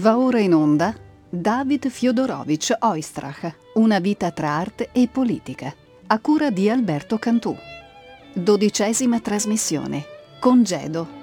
Va ora in onda David Fyodorovich Oistrakh, una vita tra arte e politica, a cura di Alberto Cantù. 12ª trasmissione, Congedo.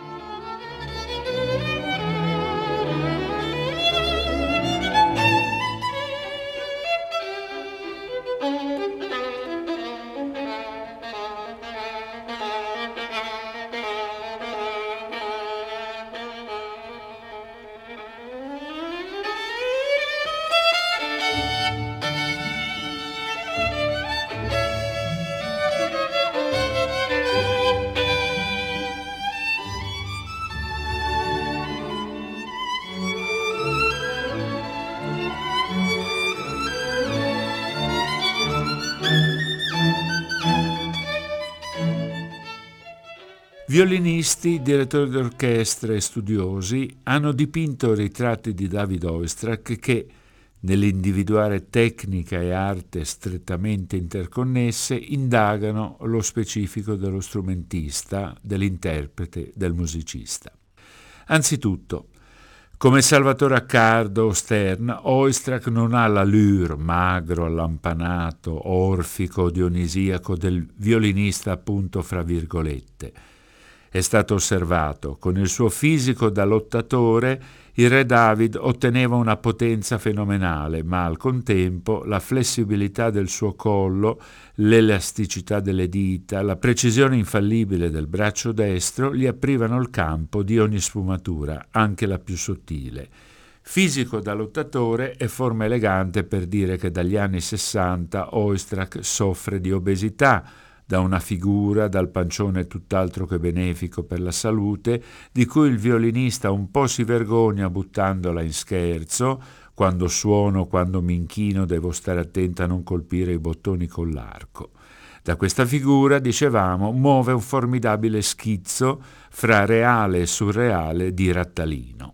Violinisti, direttori d'orchestra e studiosi hanno dipinto ritratti di David Oistrakh che, nell'individuare tecnica e arte strettamente interconnesse, indagano lo specifico dello strumentista, dell'interprete, del musicista. Anzitutto, come Salvatore Accardo o Stern, Oistrakh non ha l'allure magro, allampanato, orfico, dionisiaco del violinista appunto fra virgolette. È stato osservato, con il suo fisico da lottatore, il re David otteneva una potenza fenomenale, ma al contempo la flessibilità del suo collo, l'elasticità delle dita, la precisione infallibile del braccio destro gli aprivano il campo di ogni sfumatura, anche la più sottile. Fisico da lottatore e forma elegante per dire che dagli anni 60 Oistrakh soffre di obesità, da una figura, dal pancione tutt'altro che benefico per la salute, di cui il violinista un po' si vergogna buttandola in scherzo: quando suono, quando mi inchino, devo stare attenta a non colpire i bottoni con l'arco. Da questa figura, dicevamo, muove un formidabile schizzo fra reale e surreale di Rattalino.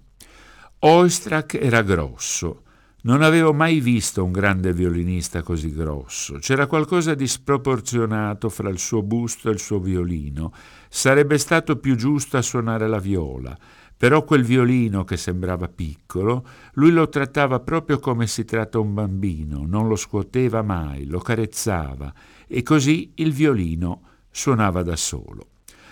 Oistrakh era grosso. Non avevo mai visto un grande violinista così grosso. C'era qualcosa di sproporzionato fra il suo busto e il suo violino. Sarebbe stato più giusto a suonare la viola, però quel violino che sembrava piccolo, lui lo trattava proprio come si tratta un bambino, non lo scuoteva mai, lo carezzava, e così il violino suonava da solo.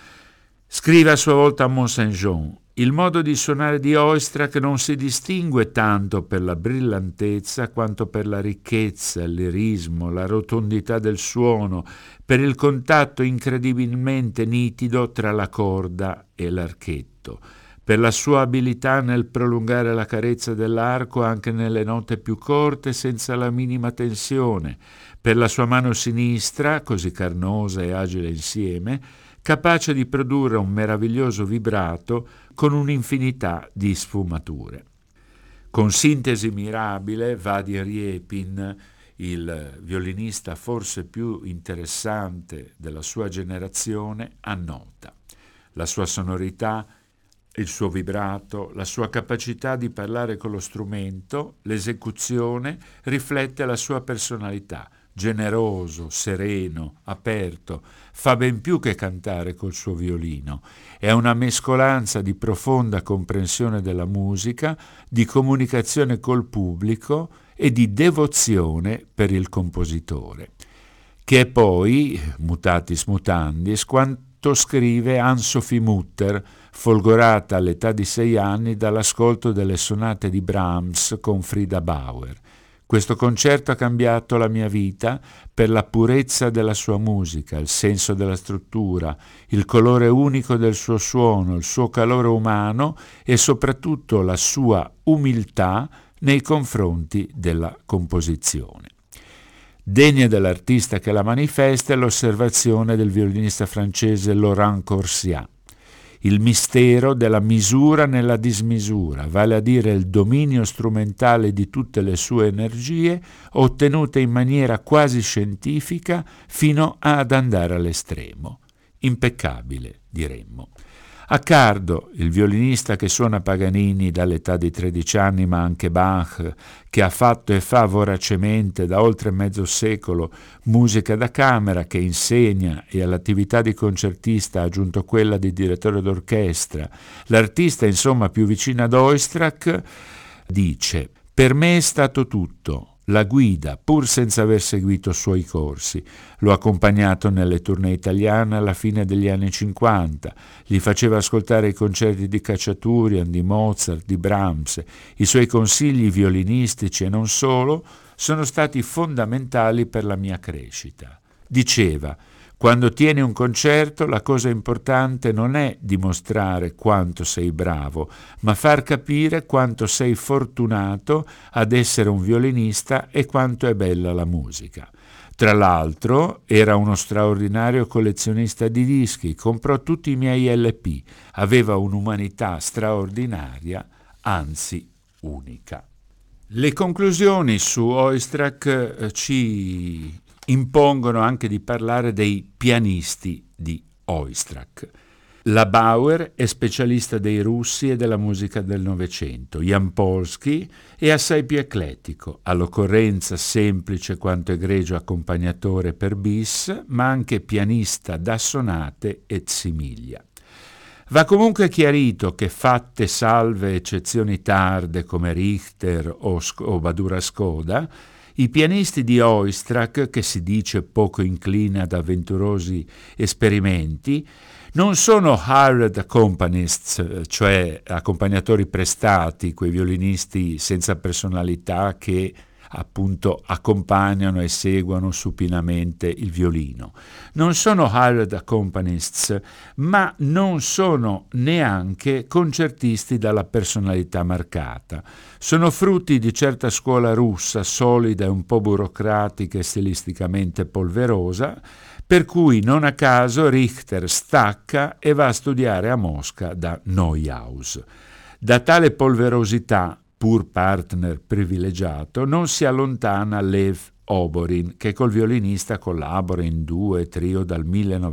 Scrive a sua volta a Mont-Saint-Jean: il modo di suonare di Oistrakh non si distingue tanto per la brillantezza quanto per la ricchezza, il lirismo, la rotondità del suono, per il contatto incredibilmente nitido tra la corda e l'archetto, per la sua abilità nel prolungare la carezza dell'arco anche nelle note più corte senza la minima tensione, per la sua mano sinistra, così carnosa e agile insieme, capace di produrre un meraviglioso vibrato con un'infinità di sfumature. Con sintesi mirabile, Vadim Riepin, il violinista forse più interessante della sua generazione, annota: la sua sonorità, il suo vibrato, la sua capacità di parlare con lo strumento, l'esecuzione riflette la sua personalità. Generoso, sereno, aperto, fa ben più che cantare col suo violino. È una mescolanza di profonda comprensione della musica, di comunicazione col pubblico e di devozione per il compositore, che è poi, mutatis mutandis, quanto scrive Anne-Sophie Mutter, folgorata all'età di 6 anni dall'ascolto delle sonate di Brahms con Frida Bauer. Questo concerto ha cambiato la mia vita per la purezza della sua musica, il senso della struttura, il colore unico del suo suono, il suo calore umano e soprattutto la sua umiltà nei confronti della composizione. Degna dell'artista che la manifesta è l'osservazione del violinista francese Laurent Corsia: il mistero della misura nella dismisura, vale a dire il dominio strumentale di tutte le sue energie, ottenute in maniera quasi scientifica fino ad andare all'estremo. Impeccabile, diremmo. Accardo, il violinista che suona Paganini dall'età di 13 anni, ma anche Bach, che ha fatto e fa voracemente da oltre mezzo secolo musica da camera, che insegna e all'attività di concertista ha aggiunto quella di direttore d'orchestra, l'artista insomma più vicino ad Oistrakh, dice: «Per me è stato tutto. La guida, pur senza aver seguito suoi corsi. L'ho accompagnato nelle tournée italiane alla fine degli anni 50, gli faceva ascoltare i concerti di Khachaturian, di Mozart, di Brahms. I suoi consigli violinistici e non solo sono stati fondamentali per la mia crescita». Diceva: «Quando tieni un concerto, la cosa importante non è dimostrare quanto sei bravo, ma far capire quanto sei fortunato ad essere un violinista e quanto è bella la musica». Tra l'altro era uno straordinario collezionista di dischi, comprò tutti i miei LP, aveva un'umanità straordinaria, anzi unica. Le conclusioni su Oistrakh ci impongono anche di parlare dei pianisti di Oistrakh. La Bauer è specialista dei russi e della musica del Novecento. Jan Polsky è assai più eclettico, all'occorrenza semplice quanto egregio accompagnatore per bis, ma anche pianista da sonate et simiglia. Va comunque chiarito che, fatte salve eccezioni tarde come Richter o Badura Skoda, i pianisti di Oistrakh, che si dice poco incline ad avventurosi esperimenti, non sono hired accompanists, cioè accompagnatori prestati, quei violinisti senza personalità che appunto accompagnano e seguono supinamente il violino. Non sono hired accompanists, ma non sono neanche concertisti dalla personalità marcata. Sono frutti di certa scuola russa, solida e un po' burocratica e stilisticamente polverosa, per cui non a caso Richter stacca e va a studiare a Mosca da Neuhaus. Da tale polverosità, pur partner privilegiato, non si allontana Lev Oborin, che col violinista collabora in duo e trio dal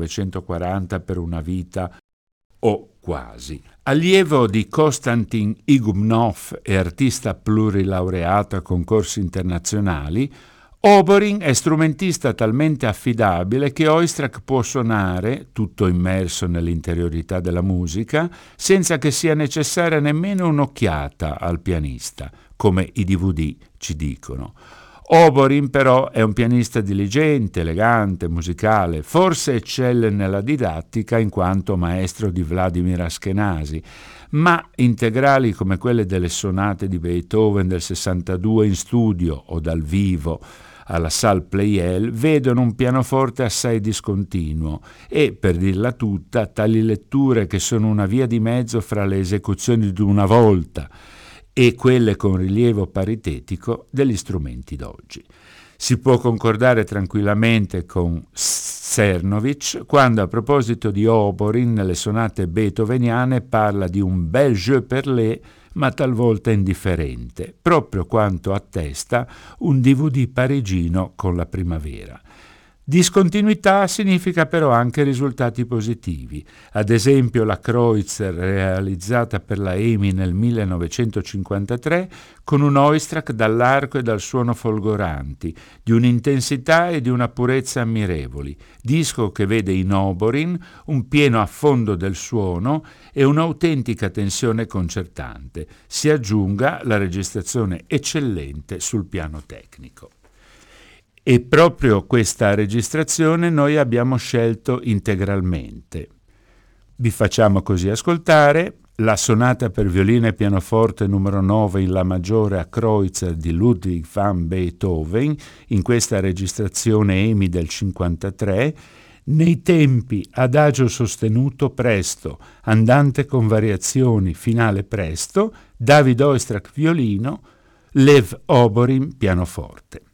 1940 per una vita o quasi. Allievo di Konstantin Igumnov e artista plurilaureato a concorsi internazionali, Oborin è strumentista talmente affidabile che Oistrakh può suonare, tutto immerso nell'interiorità della musica, senza che sia necessaria nemmeno un'occhiata al pianista, come i DVD ci dicono. Oborin però è un pianista diligente, elegante, musicale, forse eccelle nella didattica in quanto maestro di Vladimir Ashkenazy, ma integrali come quelle delle sonate di Beethoven del 62 in studio o dal vivo alla Salle Pleyel vedono un pianoforte assai discontinuo e, per dirla tutta, tali letture che sono una via di mezzo fra le esecuzioni di una volta e quelle con rilievo paritetico degli strumenti d'oggi. Si può concordare tranquillamente con Czernovich quando, a proposito di Oborin, nelle sonate beethoveniane parla di un bel jeu per lei, ma talvolta indifferente, proprio quanto attesta un DVD parigino con la primavera. Discontinuità significa però anche risultati positivi, ad esempio la Kreutzer realizzata per la EMI nel 1953 con un Oistrakh dall'arco e dal suono folgoranti, di un'intensità e di una purezza ammirevoli, disco che vede in Oborin un pieno affondo del suono e un'autentica tensione concertante. Si aggiunga la registrazione eccellente sul piano tecnico. E proprio questa registrazione noi abbiamo scelto integralmente. Vi facciamo così ascoltare la sonata per violino e pianoforte numero 9 in La maggiore a Kreutzer di Ludwig van Beethoven, in questa registrazione EMI del 53, nei tempi adagio sostenuto presto, andante con variazioni, finale presto, David Oistrakh violino, Lev Oborin pianoforte.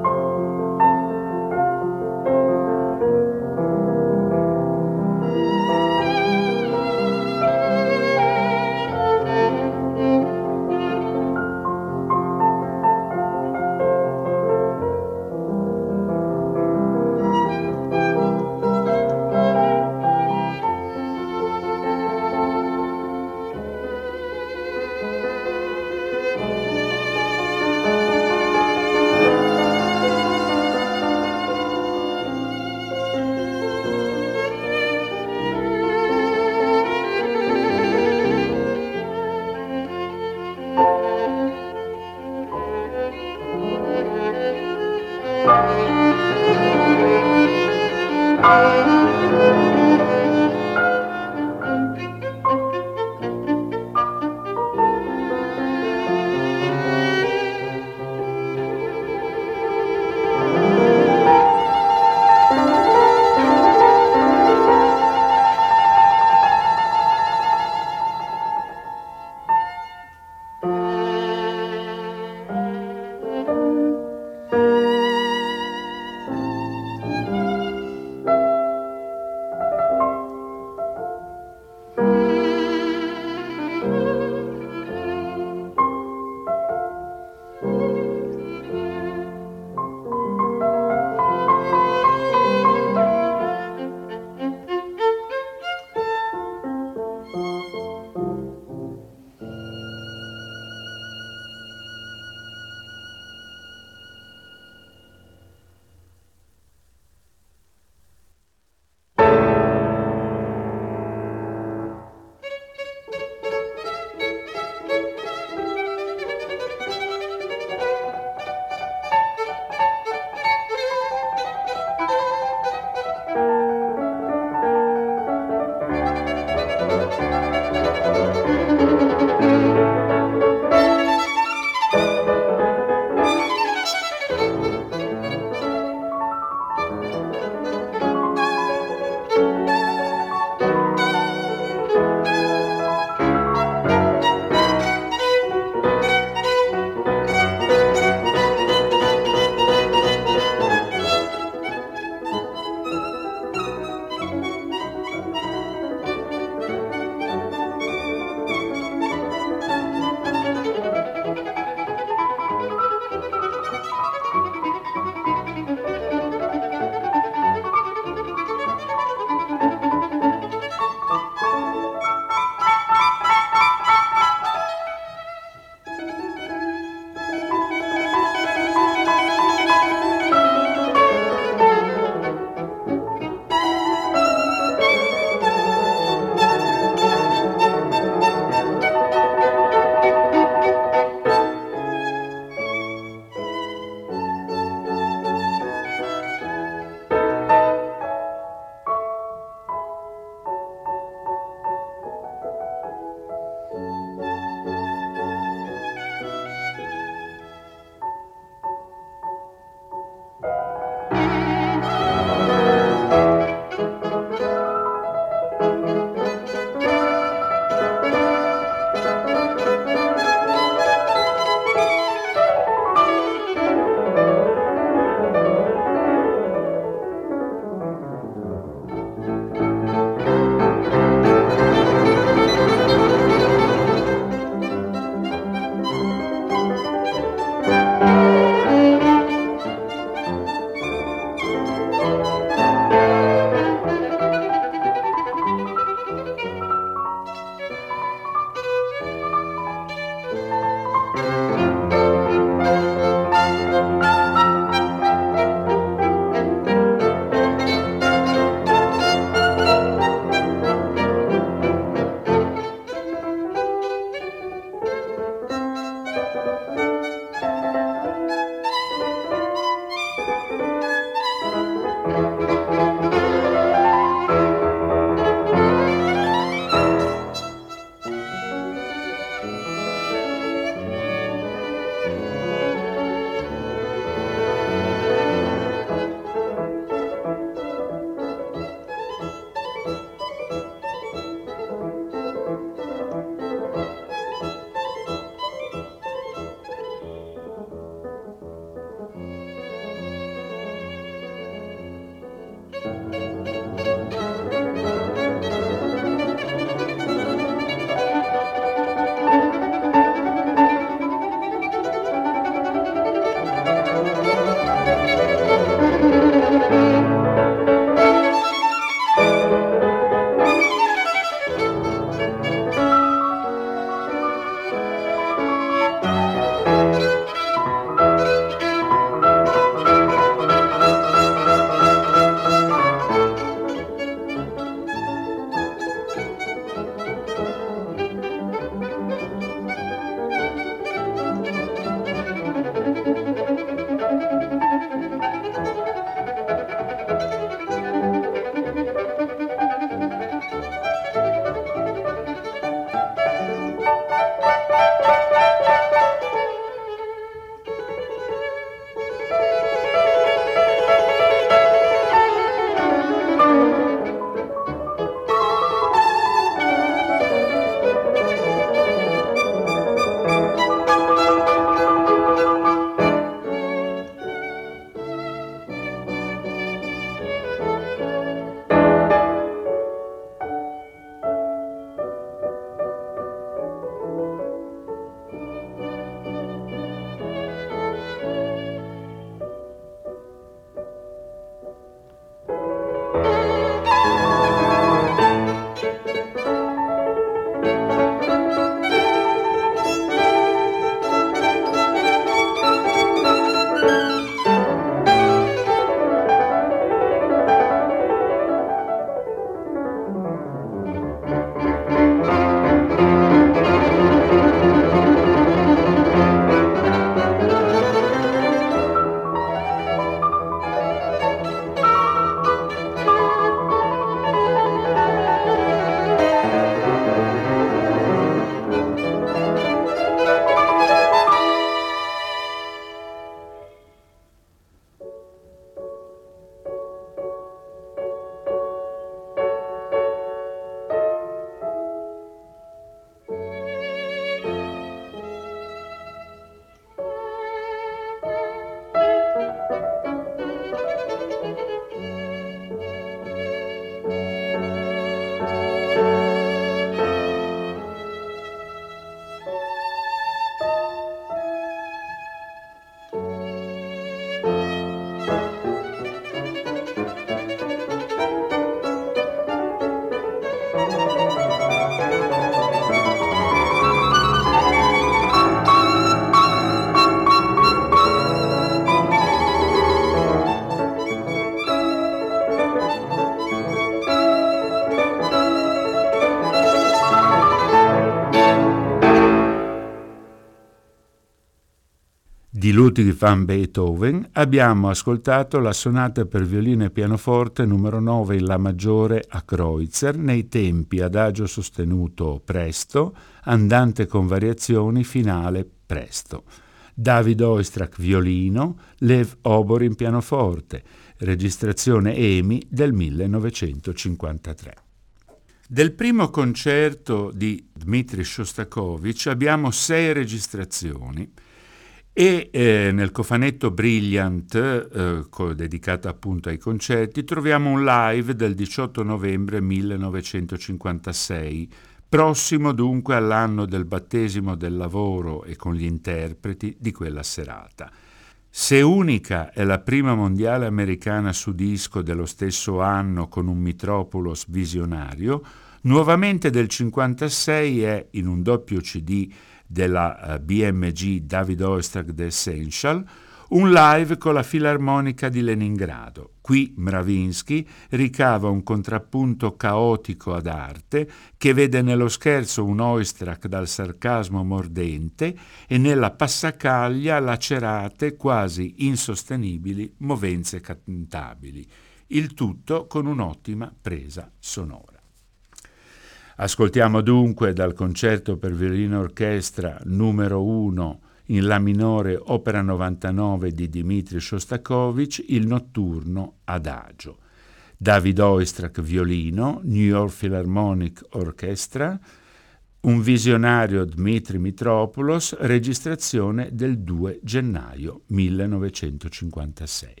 di Ludwig van Beethoven abbiamo ascoltato la sonata per violino e pianoforte numero 9 in La maggiore a Kreutzer nei tempi adagio sostenuto presto, andante con variazioni, finale presto. David Oistrakh violino, Lev Oborin pianoforte, registrazione EMI del 1953. Del primo concerto di Dmitri Shostakovich abbiamo 6 registrazioni e nel cofanetto Brilliant, dedicato appunto ai concerti, troviamo un live del 18 novembre 1956, prossimo dunque all'anno del battesimo del lavoro e con gli interpreti di quella serata. Se unica è la prima mondiale americana su disco dello stesso anno con un Mitropoulos visionario, nuovamente del 56 è in un doppio CD della BMG David Oistrakh The Essential, un live con la Filarmonica di Leningrado. Qui Mravinsky ricava un contrappunto caotico ad arte che vede nello scherzo un Oistrakh dal sarcasmo mordente e nella passacaglia lacerate, quasi insostenibili movenze cantabili. Il tutto con un'ottima presa sonora. Ascoltiamo dunque dal concerto per violino orchestra numero 1 in La minore opera 99 di Dmitri Shostakovich, il notturno adagio. David Oistrakh violino, New York Philharmonic Orchestra, un visionario Dmitri Mitropoulos, registrazione del 2 gennaio 1956.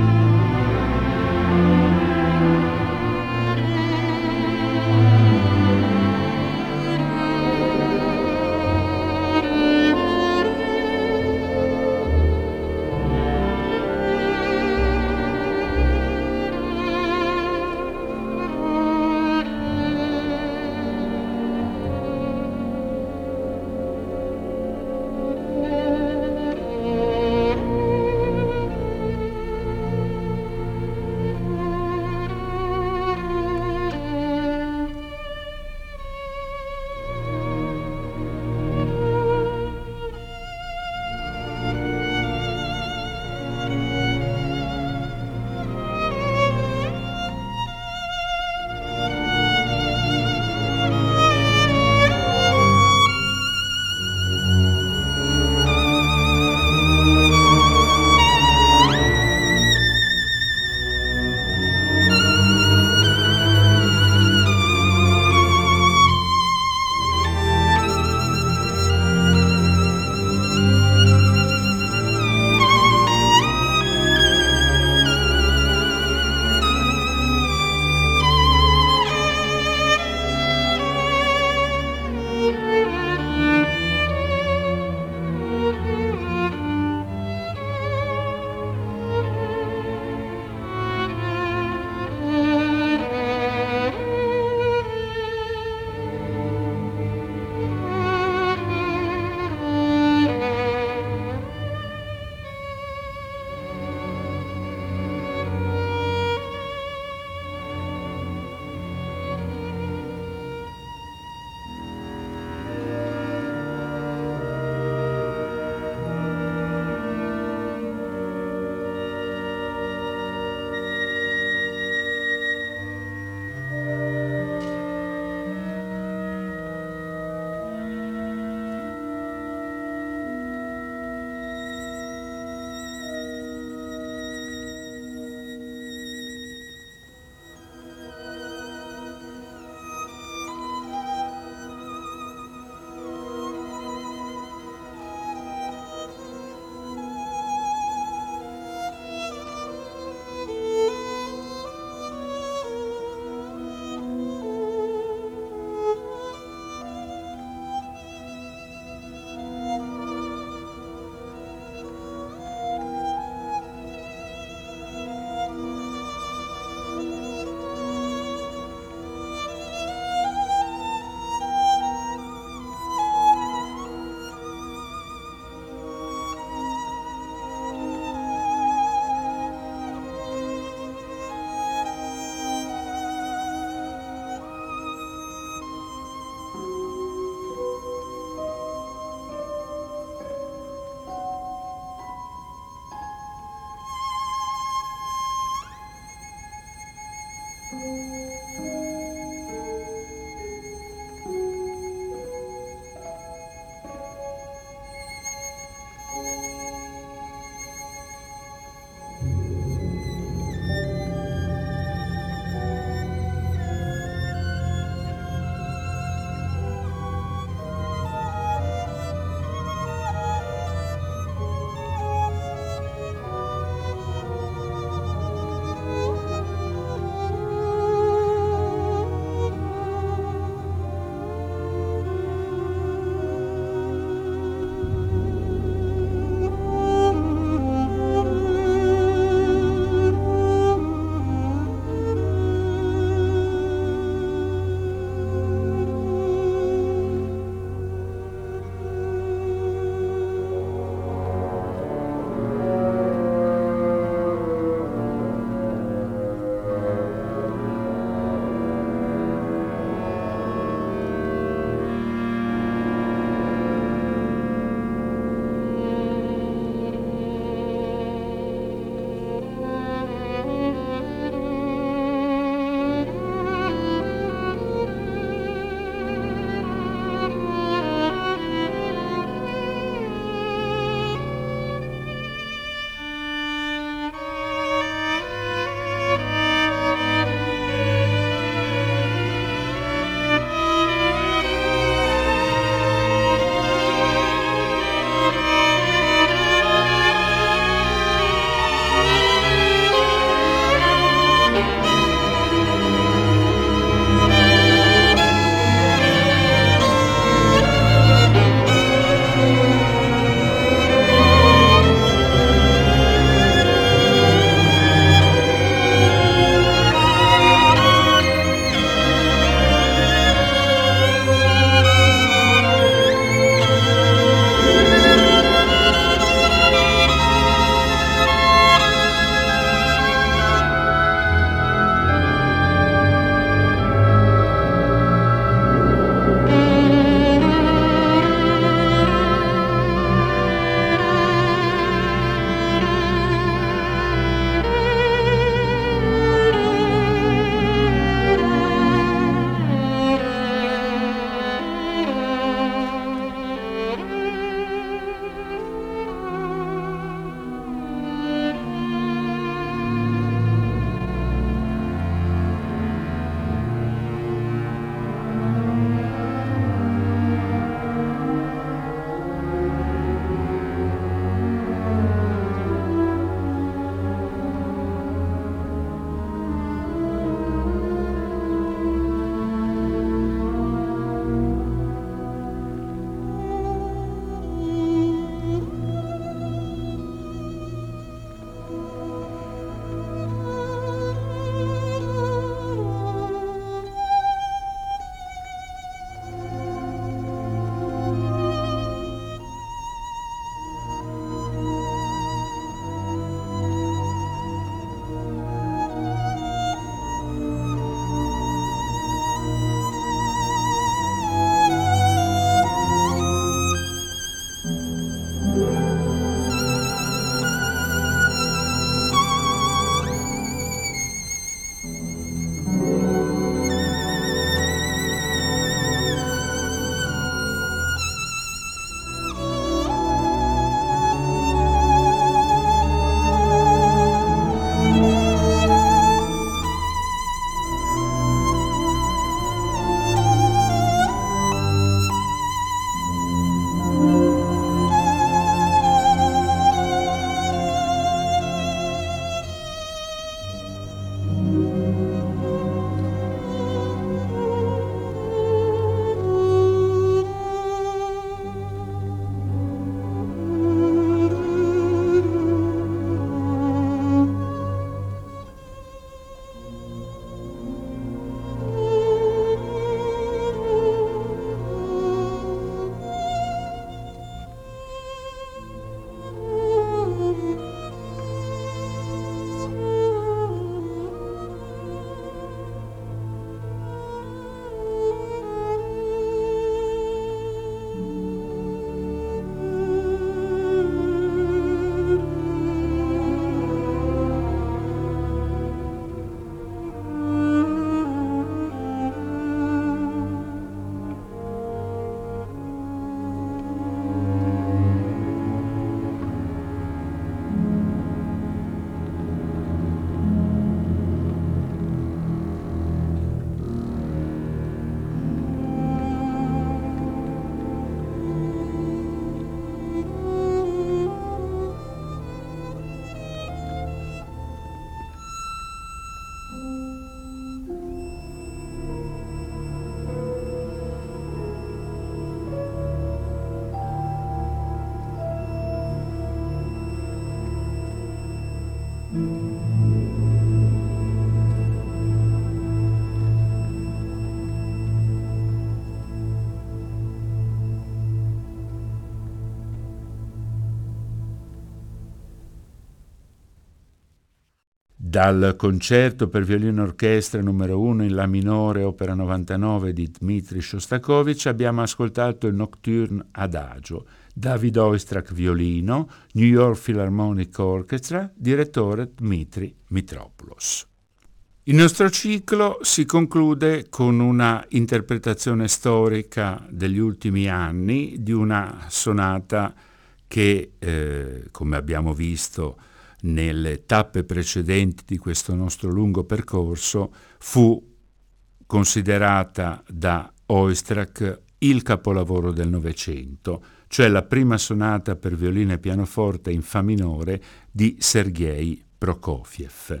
Dal concerto per violino e orchestra numero 1 in La minore, opera 99 di Dmitri Shostakovich, abbiamo ascoltato il Nocturne Adagio. David Oistrakh violino, New York Philharmonic Orchestra, direttore Dmitri Mitropoulos. Il nostro ciclo si conclude con una interpretazione storica degli ultimi anni di una sonata che, come abbiamo visto nelle tappe precedenti di questo nostro lungo percorso, fu considerata da Oistrakh il capolavoro del Novecento, cioè la prima sonata per violino e pianoforte in fa minore di Sergei Prokofiev.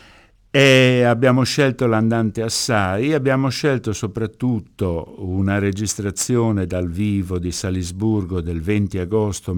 E abbiamo scelto l'Andante assai, abbiamo scelto soprattutto una registrazione dal vivo di Salisburgo del 20 agosto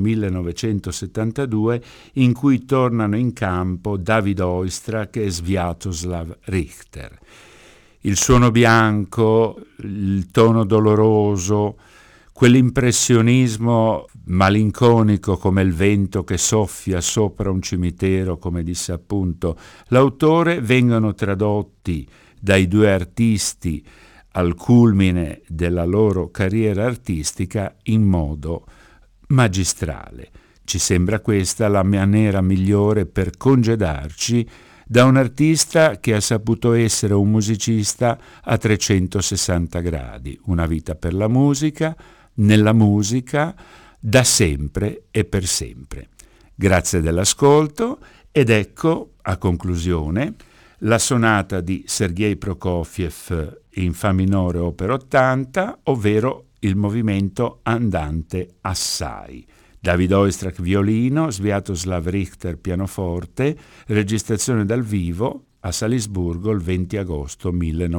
1972 in cui tornano in campo David Oistrakh e Sviatoslav Richter. Il suono bianco, il tono doloroso, quell'impressionismo malinconico come il vento che soffia sopra un cimitero, come disse appunto l'autore, vengono tradotti dai due artisti al culmine della loro carriera artistica in modo magistrale. Ci sembra questa la maniera migliore per congedarci da un artista che ha saputo essere un musicista a 360 gradi, una vita per la musica, nella musica, da sempre e per sempre. Grazie dell'ascolto ed ecco, a conclusione, la sonata di Sergei Prokofiev in fa minore opera 80, ovvero il movimento Andante assai. David Oistrakh violino, Sviatoslav Richter pianoforte, registrazione dal vivo a Salisburgo il 20 agosto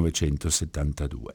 1972.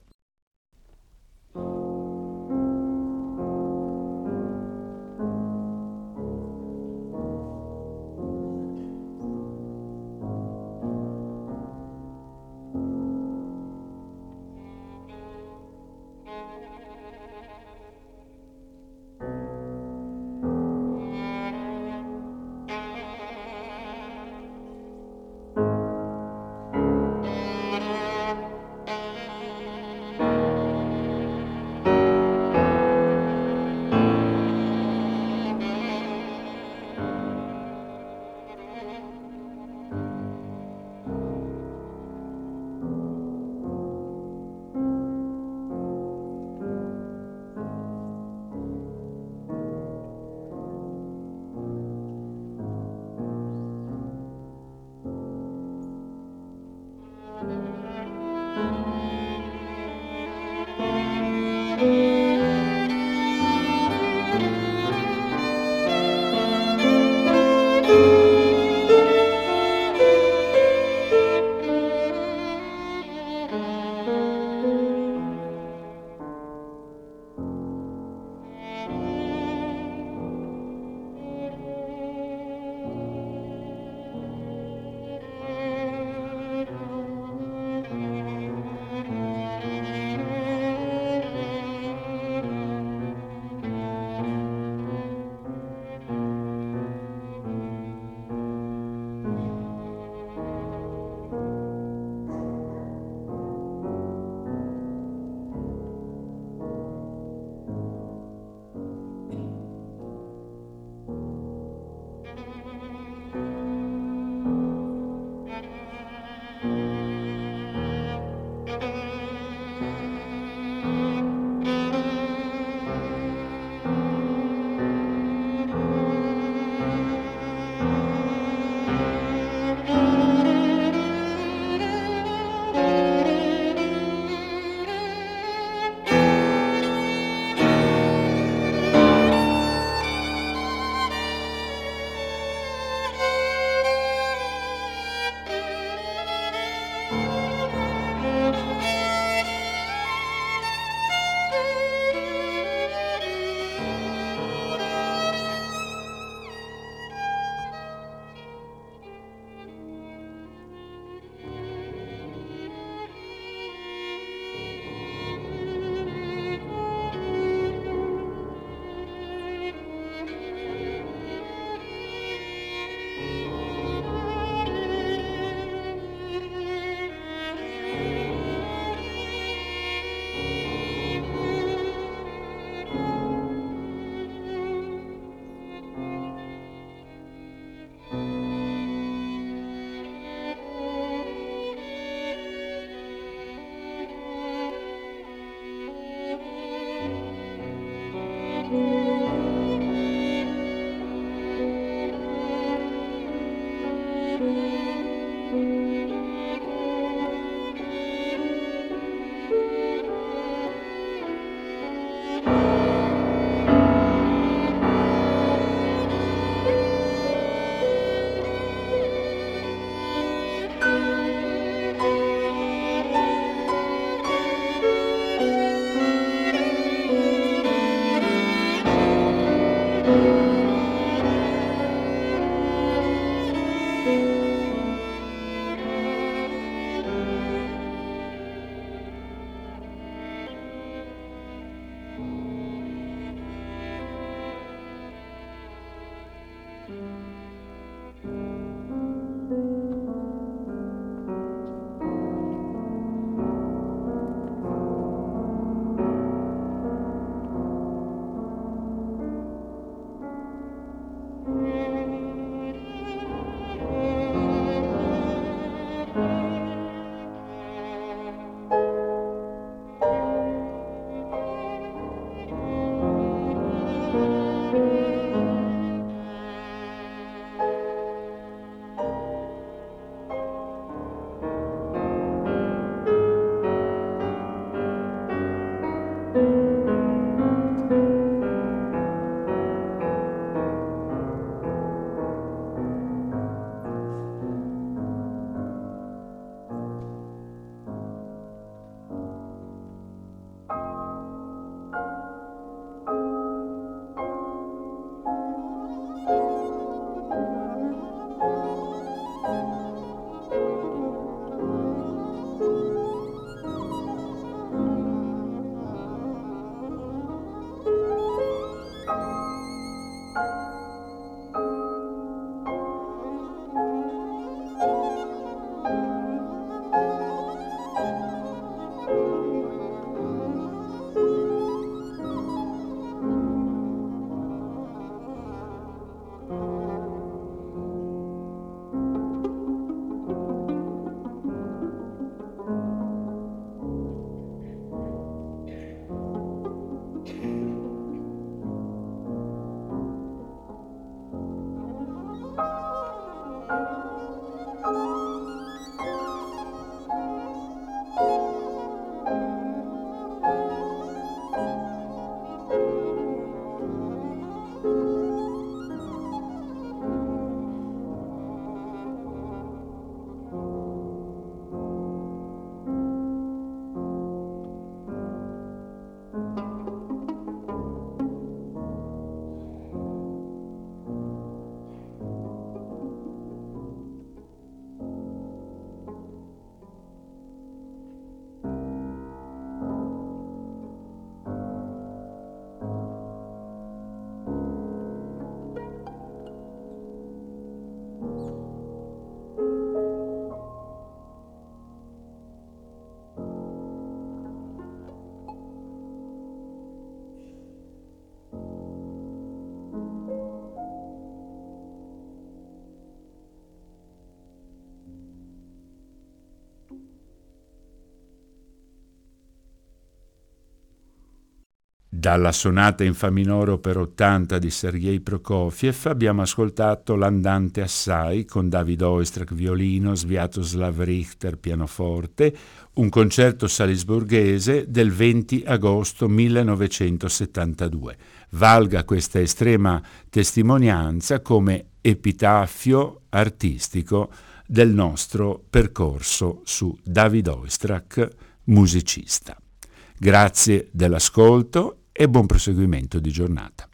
Dalla sonata in fa minore per 80 di Sergei Prokofiev abbiamo ascoltato l'Andante assai con David Oistrakh violino, Sviatoslav Richter pianoforte, un concerto salisburghese del 20 agosto 1972. Valga questa estrema testimonianza come epitaffio artistico del nostro percorso su David Oistrakh, musicista. Grazie dell'ascolto e buon proseguimento di giornata.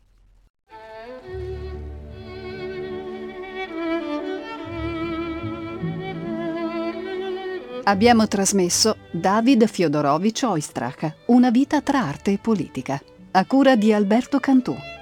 Abbiamo trasmesso David Fyodorovich Oistrakh, Una vita tra arte e politica, a cura di Alberto Cantù.